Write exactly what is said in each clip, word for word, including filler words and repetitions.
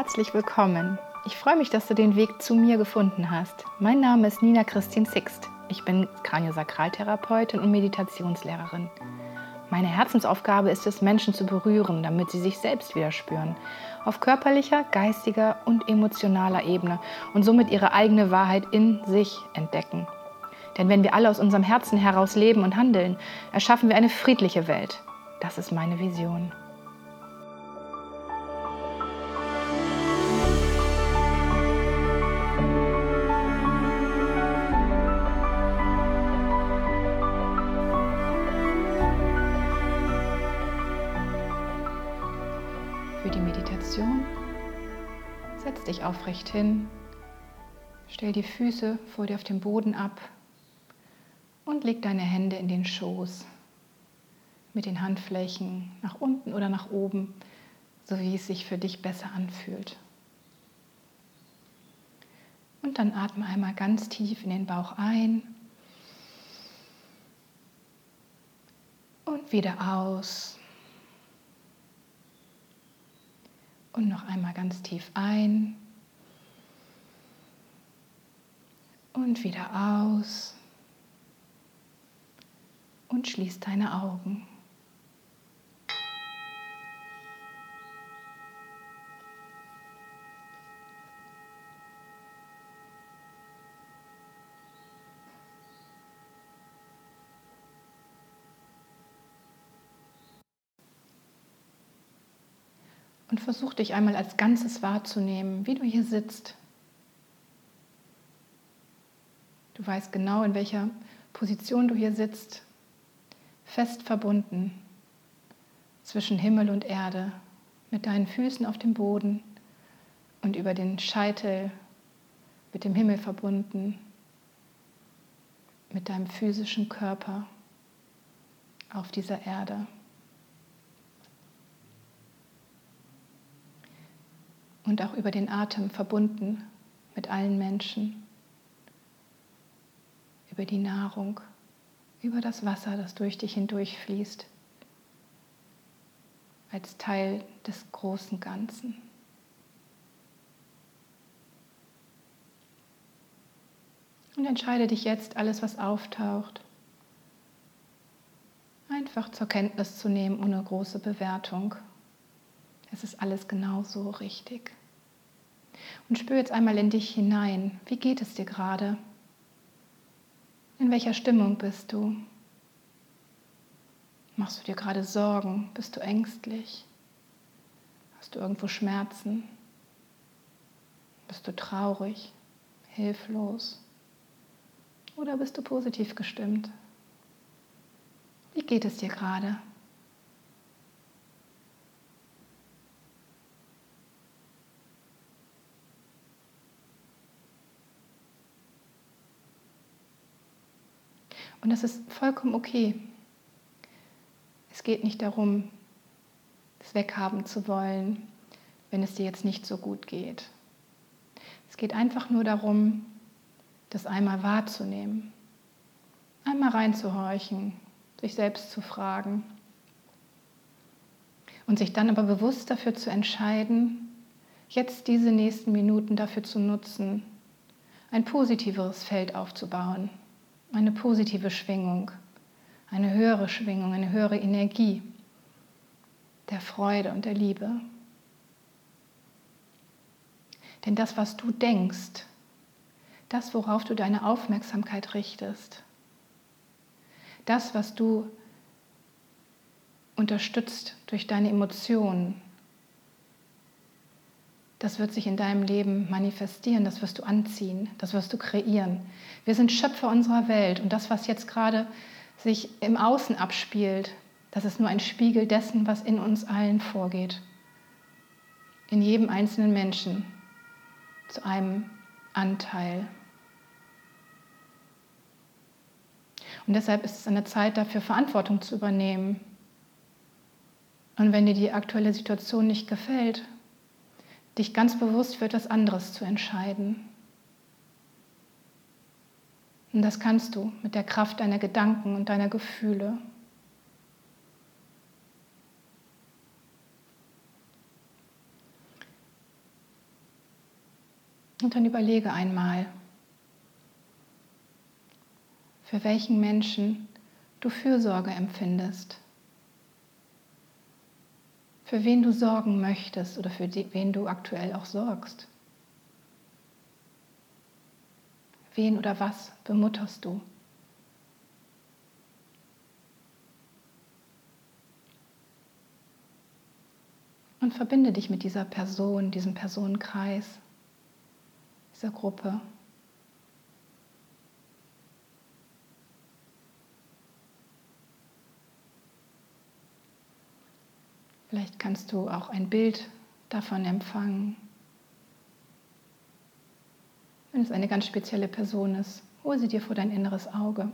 herzlich willkommen. Ich freue mich, dass du den Weg zu mir gefunden hast. Mein Name ist Nina Christine Sixt. Ich bin Kraniosakraltherapeutin und Meditationslehrerin. Meine Herzensaufgabe ist es, Menschen zu berühren, damit sie sich selbst wieder spüren. Auf körperlicher, geistiger und emotionaler Ebene und somit ihre eigene Wahrheit in sich entdecken. Denn wenn wir alle aus unserem Herzen heraus leben und handeln, erschaffen wir eine friedliche Welt. Das ist meine Vision. Für die Meditation setz dich aufrecht hin, stell die Füße vor dir auf den Boden ab und leg deine Hände in den Schoß mit den Handflächen nach unten oder nach oben, so wie es sich für dich besser anfühlt. Und dann atme einmal ganz tief in den Bauch ein und wieder aus. Und noch einmal ganz tief ein und wieder aus und schließ deine Augen. Und versuch dich einmal als Ganzes wahrzunehmen, wie du hier sitzt. Du weißt genau, in welcher Position du hier sitzt, fest verbunden zwischen Himmel und Erde, mit deinen Füßen auf dem Boden und über den Scheitel mit dem Himmel verbunden, mit deinem physischen Körper auf dieser Erde. Und auch über den Atem verbunden mit allen Menschen, über die Nahrung, über das Wasser, das durch dich hindurch fließt, als Teil des großen Ganzen. Und entscheide dich jetzt, alles, was auftaucht, einfach zur Kenntnis zu nehmen, ohne große Bewertung. Es ist alles genau so richtig. Und spür jetzt einmal in dich hinein. Wie geht es dir gerade? In welcher Stimmung bist du? Machst du dir gerade Sorgen? Bist du ängstlich? Hast du irgendwo Schmerzen? Bist du traurig, hilflos? Oder bist du positiv gestimmt? Wie geht es dir gerade? Und das ist vollkommen okay. Es geht nicht darum, es weghaben zu wollen, wenn es dir jetzt nicht so gut geht. Es geht einfach nur darum, das einmal wahrzunehmen, einmal reinzuhorchen, sich selbst zu fragen und sich dann aber bewusst dafür zu entscheiden, jetzt diese nächsten Minuten dafür zu nutzen, ein positiveres Feld aufzubauen. Eine positive Schwingung, eine höhere Schwingung, eine höhere Energie der Freude und der Liebe. Denn das, was du denkst, das, worauf du deine Aufmerksamkeit richtest, das, was du unterstützt durch deine Emotionen, das wird sich in deinem Leben manifestieren, das wirst du anziehen, das wirst du kreieren. Wir sind Schöpfer unserer Welt und das, was jetzt gerade sich im Außen abspielt, das ist nur ein Spiegel dessen, was in uns allen vorgeht. In jedem einzelnen Menschen zu einem Anteil. Und deshalb ist es eine Zeit dafür, Verantwortung zu übernehmen. Und wenn dir die aktuelle Situation nicht gefällt, dich ganz bewusst für etwas anderes zu entscheiden. Und das kannst du mit der Kraft deiner Gedanken und deiner Gefühle. Und dann überlege einmal, für welchen Menschen du Fürsorge empfindest, für wen du sorgen möchtest oder für wen du aktuell auch sorgst. Wen oder was bemutterst du? Und verbinde dich mit dieser Person, diesem Personenkreis, dieser Gruppe. Vielleicht kannst du auch ein Bild davon empfangen. Wenn es eine ganz spezielle Person ist, hol sie dir vor dein inneres Auge.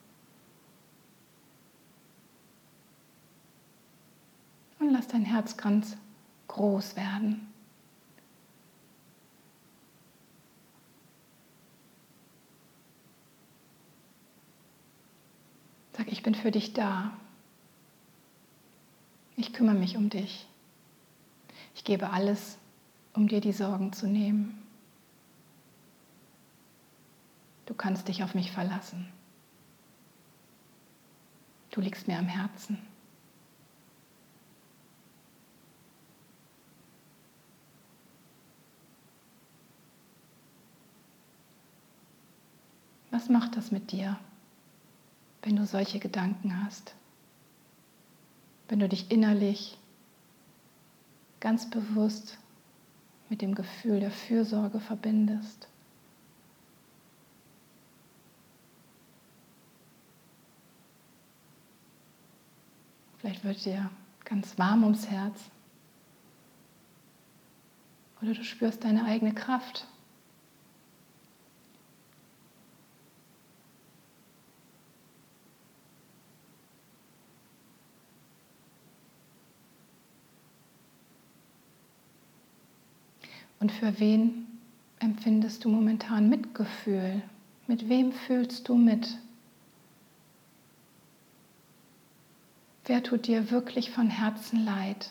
Und lass dein Herz ganz groß werden. Sag, ich bin für dich da. Ich kümmere mich um dich. Ich gebe alles, um dir die Sorgen zu nehmen. Du kannst dich auf mich verlassen. Du liegst mir am Herzen. Was macht das mit dir, wenn du solche Gedanken hast? Wenn du dich innerlich ganz bewusst mit dem Gefühl der Fürsorge verbindest? Vielleicht wird dir ganz warm ums Herz. Oder du spürst deine eigene Kraft. Und für wen empfindest du momentan Mitgefühl? Mit wem fühlst du mit? Wer tut dir wirklich von Herzen leid?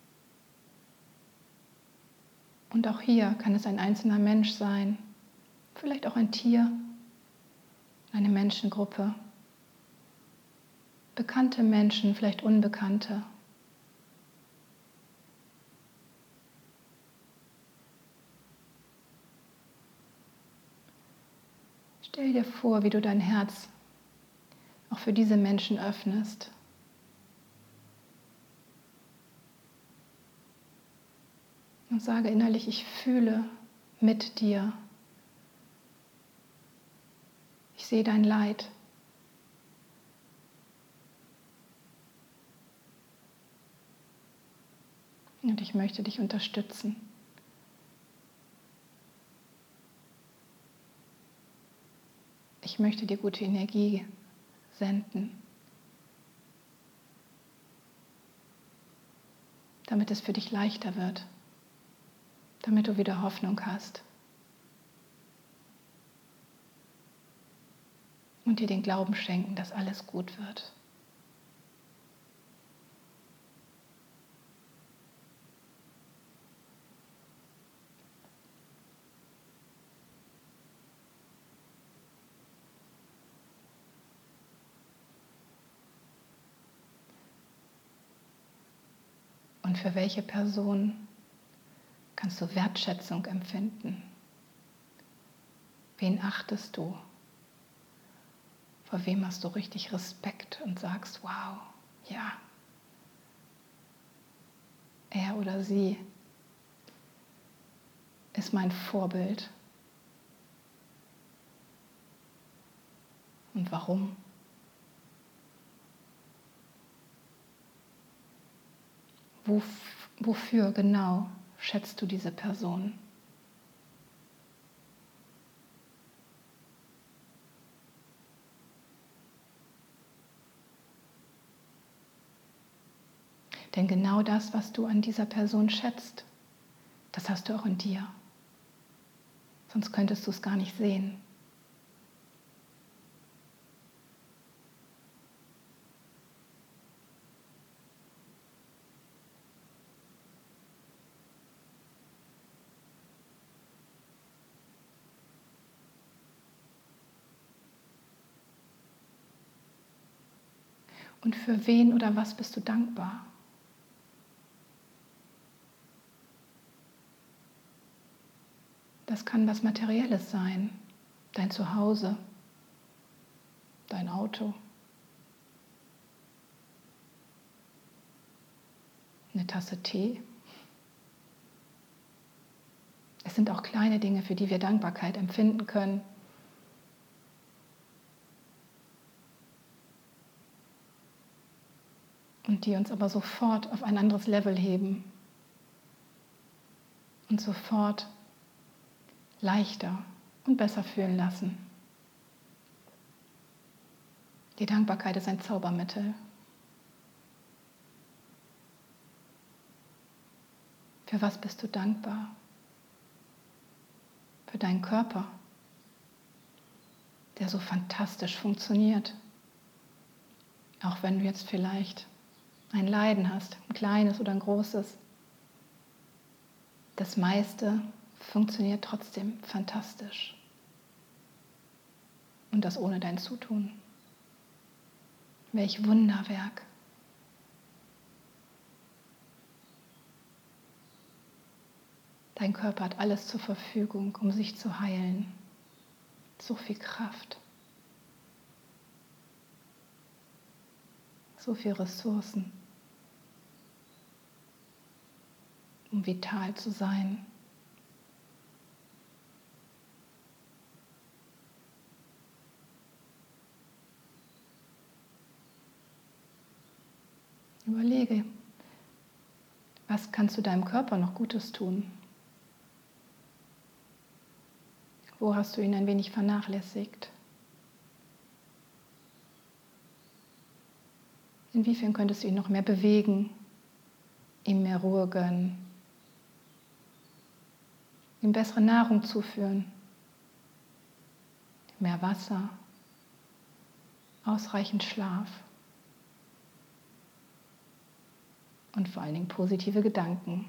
Und auch hier kann es ein einzelner Mensch sein, vielleicht auch ein Tier, eine Menschengruppe, bekannte Menschen, vielleicht Unbekannte. Stell dir vor, wie du dein Herz auch für diese Menschen öffnest. Und sage innerlich, ich fühle mit dir. Ich sehe dein Leid. Und ich möchte dich unterstützen. Ich möchte dir gute Energie senden, damit es für dich leichter wird, damit du wieder Hoffnung hast und dir den Glauben schenken, dass alles gut wird. Und für welche Person kannst du Wertschätzung empfinden? Wen achtest du? Vor wem hast du richtig Respekt und sagst, wow, ja, er oder sie ist mein Vorbild. Und warum? Wof- wofür genau schätzt du diese Person? Denn genau das, was du an dieser Person schätzt, das hast du auch in dir. Sonst könntest du es gar nicht sehen. Und für wen oder was bist du dankbar? Das kann was Materielles sein, dein Zuhause, dein Auto, eine Tasse Tee. Es sind auch kleine Dinge, für die wir Dankbarkeit empfinden können. Und die uns aber sofort auf ein anderes Level heben und sofort leichter und besser fühlen lassen. Die Dankbarkeit ist ein Zaubermittel. Für was bist du dankbar? Für deinen Körper, der so fantastisch funktioniert. Auch wenn du jetzt vielleicht ein Leiden hast, ein kleines oder ein großes. Das meiste funktioniert trotzdem fantastisch. Und das ohne dein Zutun. Welch Wunderwerk. Dein Körper hat alles zur Verfügung, um sich zu heilen. So viel Kraft. So viele Ressourcen, um vital zu sein. Überlege, was kannst du deinem Körper noch Gutes tun? Wo hast du ihn ein wenig vernachlässigt? Inwiefern könntest du ihn noch mehr bewegen, ihm mehr Ruhe gönnen, ihm bessere Nahrung zuführen, mehr Wasser, ausreichend Schlaf und vor allen Dingen positive Gedanken.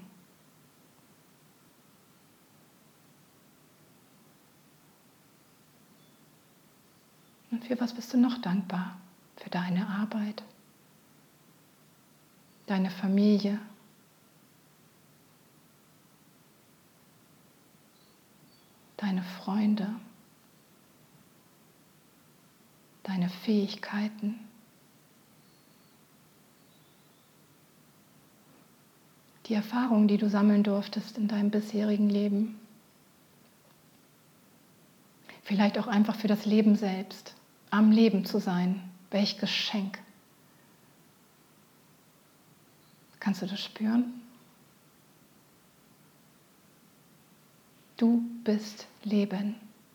Und für was bist du noch dankbar? Für deine Arbeit, deine Familie, deine Freunde, deine Fähigkeiten, die Erfahrungen, die du sammeln durftest in deinem bisherigen Leben. Vielleicht auch einfach für das Leben selbst, am Leben zu sein. Welch Geschenk. Kannst du das spüren? Du bist Leben.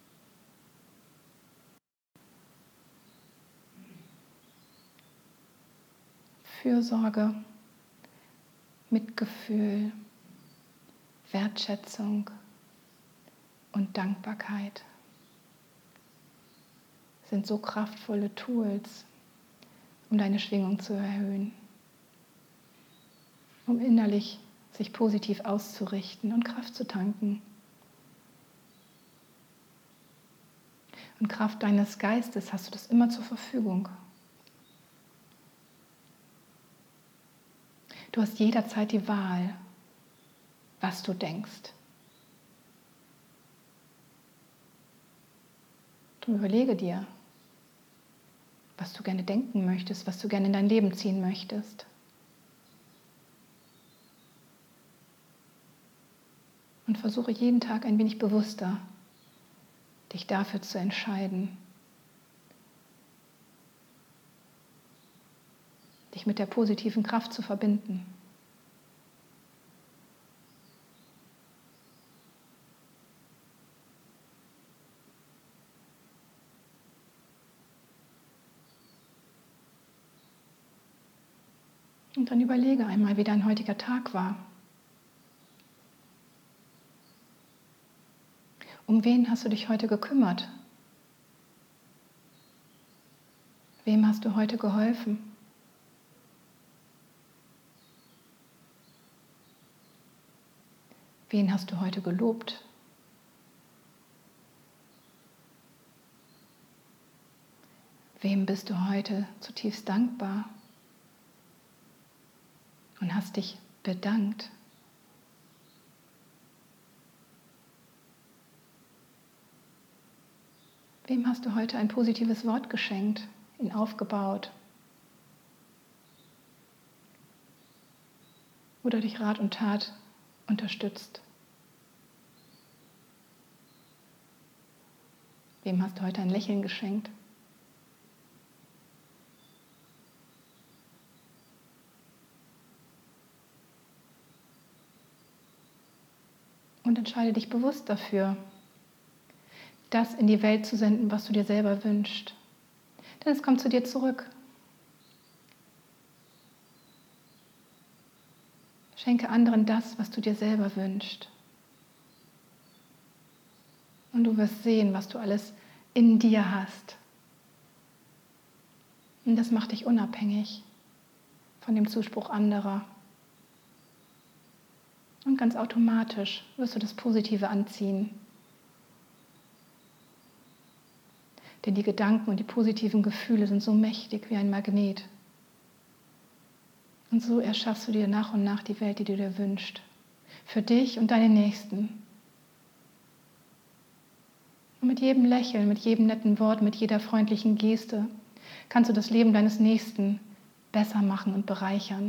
Fürsorge, Mitgefühl, Wertschätzung und Dankbarkeit sind so kraftvolle Tools, um deine Schwingung zu erhöhen, um innerlich sich positiv auszurichten und Kraft zu tanken. Und Kraft deines Geistes hast du das immer zur Verfügung. Du hast jederzeit die Wahl, was du denkst. Du überlege dir, was du gerne denken möchtest, was du gerne in dein Leben ziehen möchtest. Und versuche jeden Tag ein wenig bewusster, dich dafür zu entscheiden, dich mit der positiven Kraft zu verbinden. Und dann überlege einmal, wie dein heutiger Tag war. Um wen hast du dich heute gekümmert? Wem hast du heute geholfen? Wen hast du heute gelobt? Wem bist du heute zutiefst dankbar und hast dich bedankt. Wem hast du heute ein positives Wort geschenkt, ihn aufgebaut oder durch Rat und Tat unterstützt? Wem hast du heute ein Lächeln geschenkt? Und entscheide dich bewusst dafür, das in die Welt zu senden, was du dir selber wünschst. Denn es kommt zu dir zurück. Schenke anderen das, was du dir selber wünschst. Und du wirst sehen, was du alles in dir hast. Und das macht dich unabhängig von dem Zuspruch anderer. Und ganz automatisch wirst du das Positive anziehen. Denn die Gedanken und die positiven Gefühle sind so mächtig wie ein Magnet. Und so erschaffst du dir nach und nach die Welt, die du dir wünschst. Für dich und deine Nächsten. Und mit jedem Lächeln, mit jedem netten Wort, mit jeder freundlichen Geste kannst du das Leben deines Nächsten besser machen und bereichern.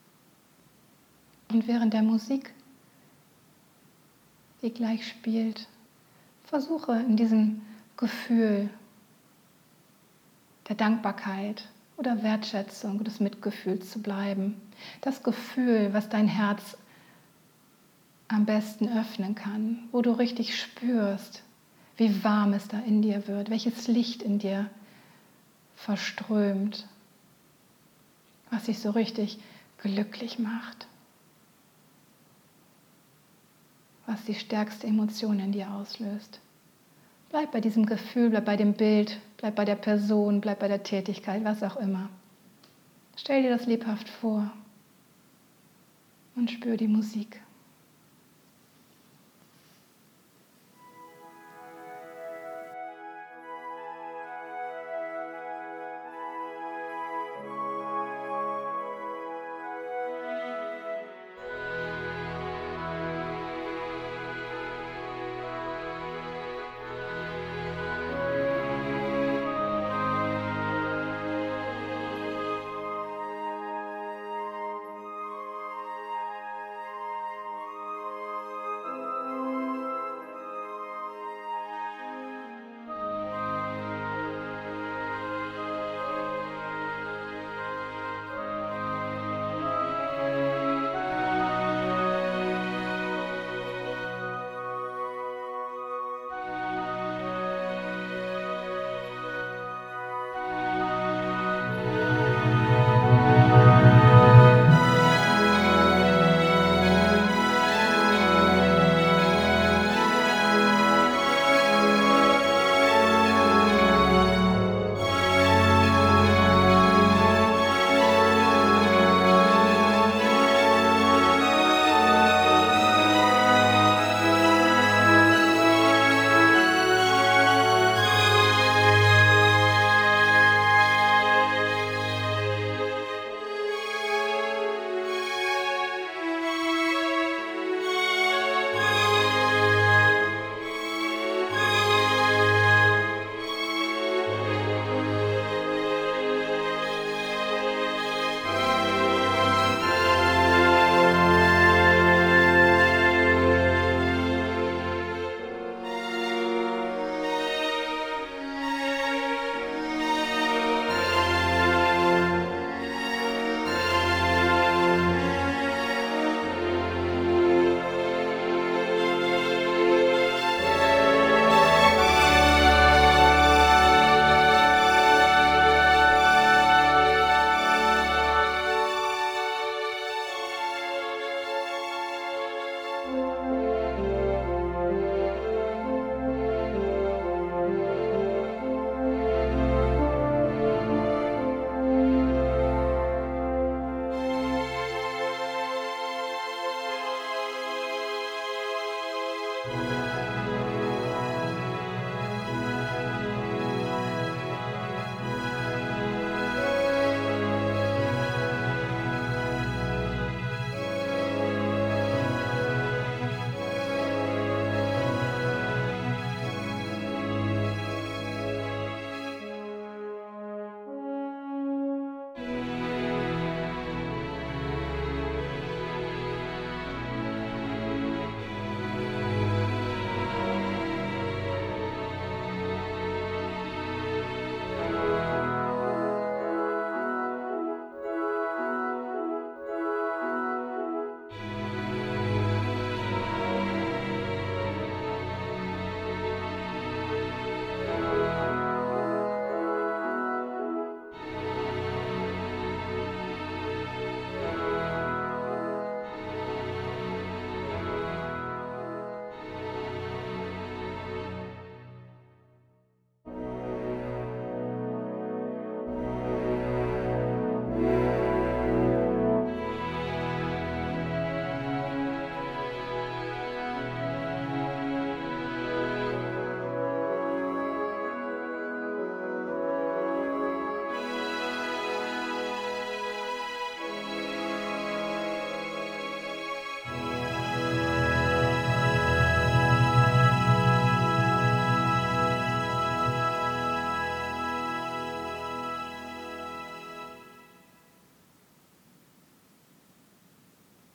Und während der Musik, die gleich spielt, versuche in diesem Gefühl der Dankbarkeit oder Wertschätzung, des Mitgefühls zu bleiben. Das Gefühl, was dein Herz am besten öffnen kann, wo du richtig spürst, wie warm es da in dir wird, welches Licht in dir verströmt, was dich so richtig glücklich macht, was die stärkste Emotion in dir auslöst. Bleib bei diesem Gefühl, bleib bei dem Bild, bleib bei der Person, bleib bei der Tätigkeit, was auch immer. Stell dir das lebhaft vor und spür die Musik.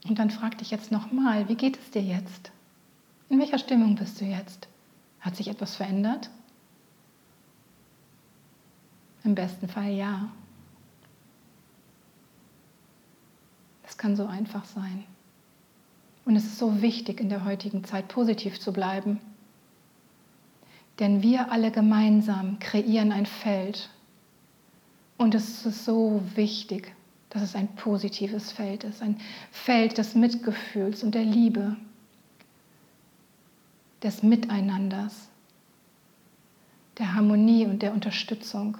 Und dann frag dich jetzt nochmal, wie geht es dir jetzt? In welcher Stimmung bist du jetzt? Hat sich etwas verändert? Im besten Fall ja. Es kann so einfach sein. Und es ist so wichtig, in der heutigen Zeit positiv zu bleiben. Denn wir alle gemeinsam kreieren ein Feld. Und es ist so wichtig, dass es ein positives Feld ist. Ein Feld des Mitgefühls und der Liebe, des Miteinanders, der Harmonie und der Unterstützung.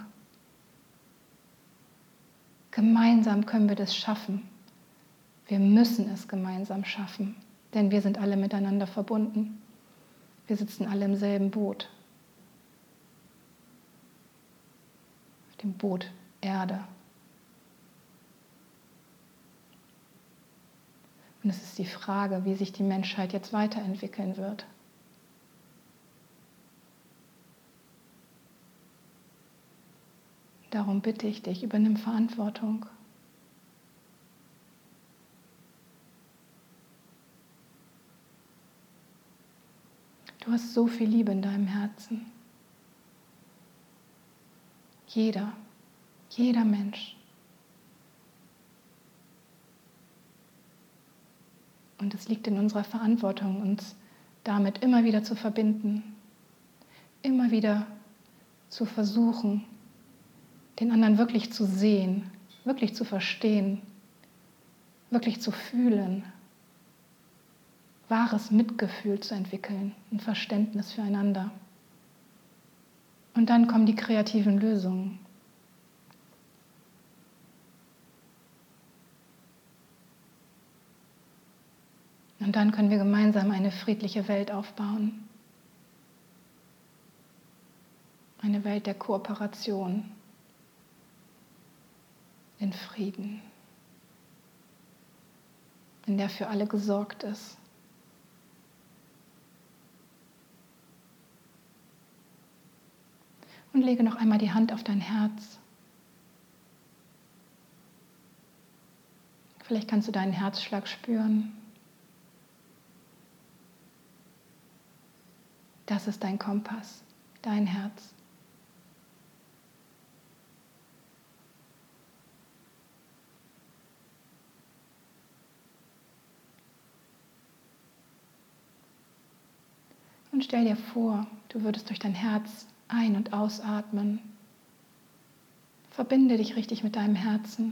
Gemeinsam können wir das schaffen. Wir müssen es gemeinsam schaffen, denn wir sind alle miteinander verbunden. Wir sitzen alle im selben Boot. Auf dem Boot Erde. Und es ist die Frage, wie sich die Menschheit jetzt weiterentwickeln wird. Darum bitte ich dich, übernimm Verantwortung. Du hast so viel Liebe in deinem Herzen. Jeder, jeder Mensch. Und es liegt in unserer Verantwortung, uns damit immer wieder zu verbinden, immer wieder zu versuchen, den anderen wirklich zu sehen, wirklich zu verstehen, wirklich zu fühlen, wahres Mitgefühl zu entwickeln, ein Verständnis füreinander. Und dann kommen die kreativen Lösungen. Und dann können wir gemeinsam eine friedliche Welt aufbauen. Eine Welt der Kooperation, in Frieden, in der für alle gesorgt ist. Und lege noch einmal die Hand auf dein Herz. Vielleicht kannst du deinen Herzschlag spüren. Das ist dein Kompass, dein Herz. Und stell dir vor, du würdest durch dein Herz ein- und ausatmen. Verbinde dich richtig mit deinem Herzen.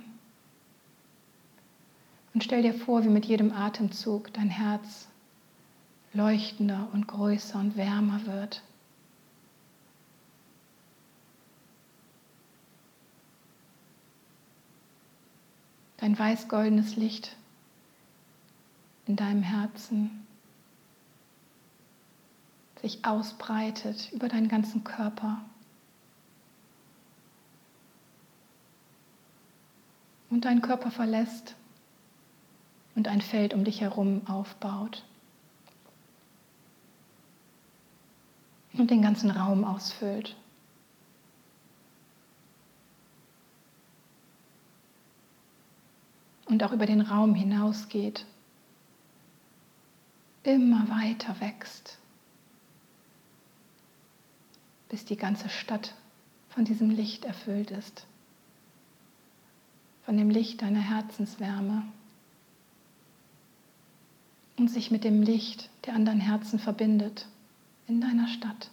Und stell dir vor, wie mit jedem Atemzug dein Herz leuchtender und größer und wärmer wird. Dein weiß-goldenes Licht in deinem Herzen sich ausbreitet über deinen ganzen Körper. Und deinen Körper verlässt und ein Feld um dich herum aufbaut. Und den ganzen Raum ausfüllt. Und auch über den Raum hinausgeht. Immer weiter wächst. Bis die ganze Stadt von diesem Licht erfüllt ist. Von dem Licht deiner Herzenswärme. Und sich mit dem Licht der anderen Herzen verbindet in deiner Stadt.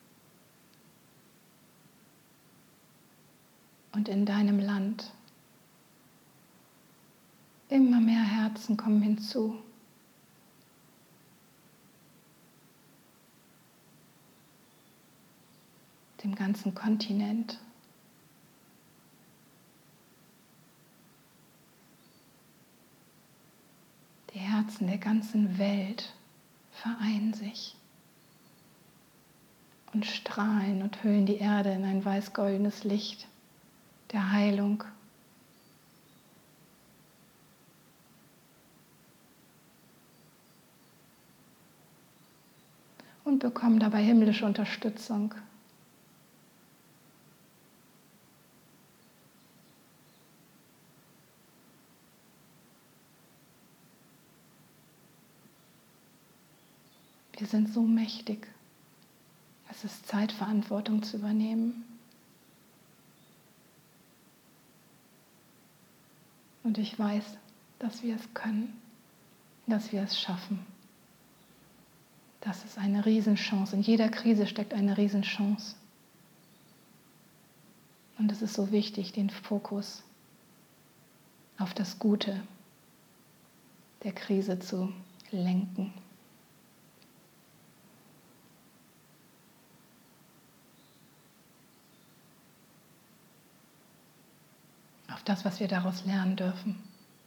Und in deinem Land. Immer mehr Herzen kommen hinzu. Dem ganzen Kontinent. Die Herzen der ganzen Welt vereinen sich und strahlen und hüllen die Erde in ein weiß-goldenes Licht der Heilung. Und bekommen dabei himmlische Unterstützung. Wir sind so mächtig. Es ist Zeit, Verantwortung zu übernehmen. Und ich weiß, dass wir es können, dass wir es schaffen. Das ist eine Riesenchance. In jeder Krise steckt eine Riesenchance. Und es ist so wichtig, den Fokus auf das Gute der Krise zu lenken. Auf das, was wir daraus lernen dürfen.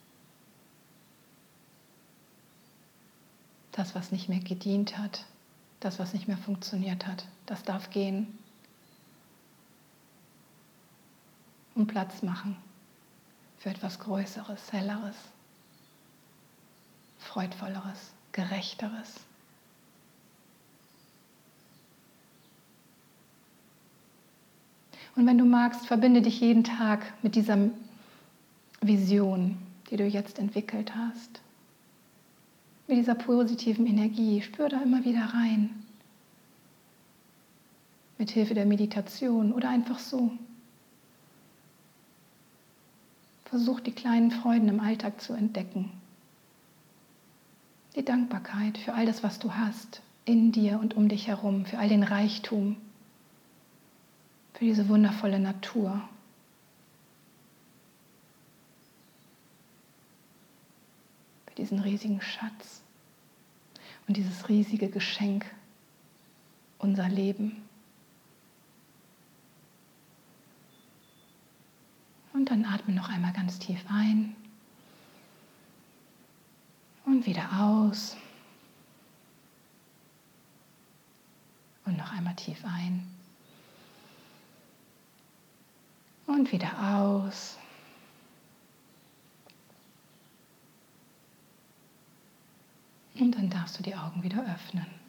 Das, was nicht mehr gedient hat, das, was nicht mehr funktioniert hat, das darf gehen. Und Platz machen für etwas Größeres, Helleres, Freudvolleres, Gerechteres. Und wenn du magst, verbinde dich jeden Tag mit dieser Vision, die du jetzt entwickelt hast. Mit dieser positiven Energie. Spür da immer wieder rein. Mit Hilfe der Meditation oder einfach so. Versuch, die kleinen Freuden im Alltag zu entdecken. Die Dankbarkeit für all das, was du hast, in dir und um dich herum, für all den Reichtum, für diese wundervolle Natur. Für diesen riesigen Schatz und dieses riesige Geschenk, unser Leben. Und dann atme noch einmal ganz tief ein und wieder aus. Und noch einmal tief ein und wieder aus. Und dann darfst du die Augen wieder öffnen.